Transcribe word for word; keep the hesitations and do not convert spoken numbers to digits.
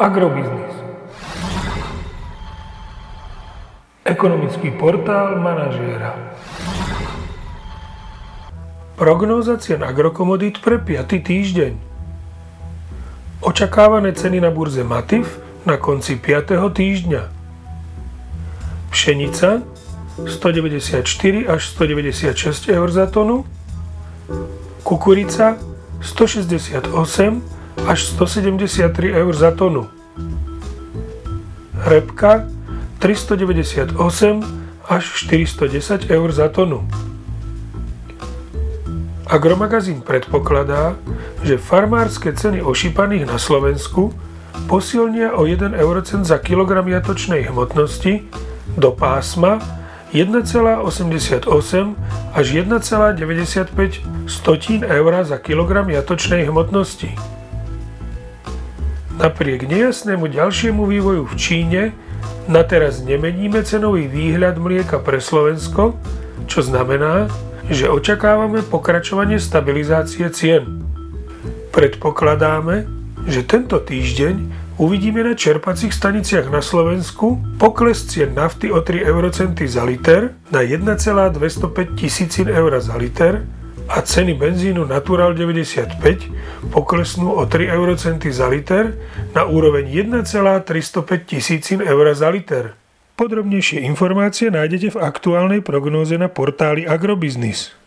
Agrobiznis. Ekonomický portál manažéra. Prognóza cien agrokomodít pre piaty týždeň. Očakávané ceny na burze Matif na konci piateho týždňa. Pšenica stodeväťdesiatštyri až stodeväťdesiatšesť eur za tonu. Kukurica stošesťdesiatosem až stosedemdesiattri eur za tonu. Repka tristodeväťdesiatosem až štyristodesať eur za tonu. Agromagazín predpokladá, že farmárske ceny ošípaných na Slovensku posilnia o jeden eurocent za kilogram jatočnej hmotnosti do pásma jeden celá osemdesiatosem až jeden celá deväťdesiatpäť eur za kilogram jatočnej hmotnosti. Napriek nejasnému ďalšiemu vývoju v Číne na teraz nemeníme cenový výhľad mlieka pre Slovensko, čo znamená, že očakávame pokračovanie stabilizácie cien. Predpokladáme, že tento týždeň uvidíme na čerpacích staniciach na Slovensku pokles cien nafty o tri eurocenty za liter na jeden celá dvestopäť tisícin eur za liter a ceny benzínu Natural deväťdesiatpäť poklesnú o tri eurocenty za liter na úroveň jeden celá tristopäť tisícin eur za liter. Podrobnejšie informácie nájdete v aktuálnej prognóze na portáli Agrobiznis.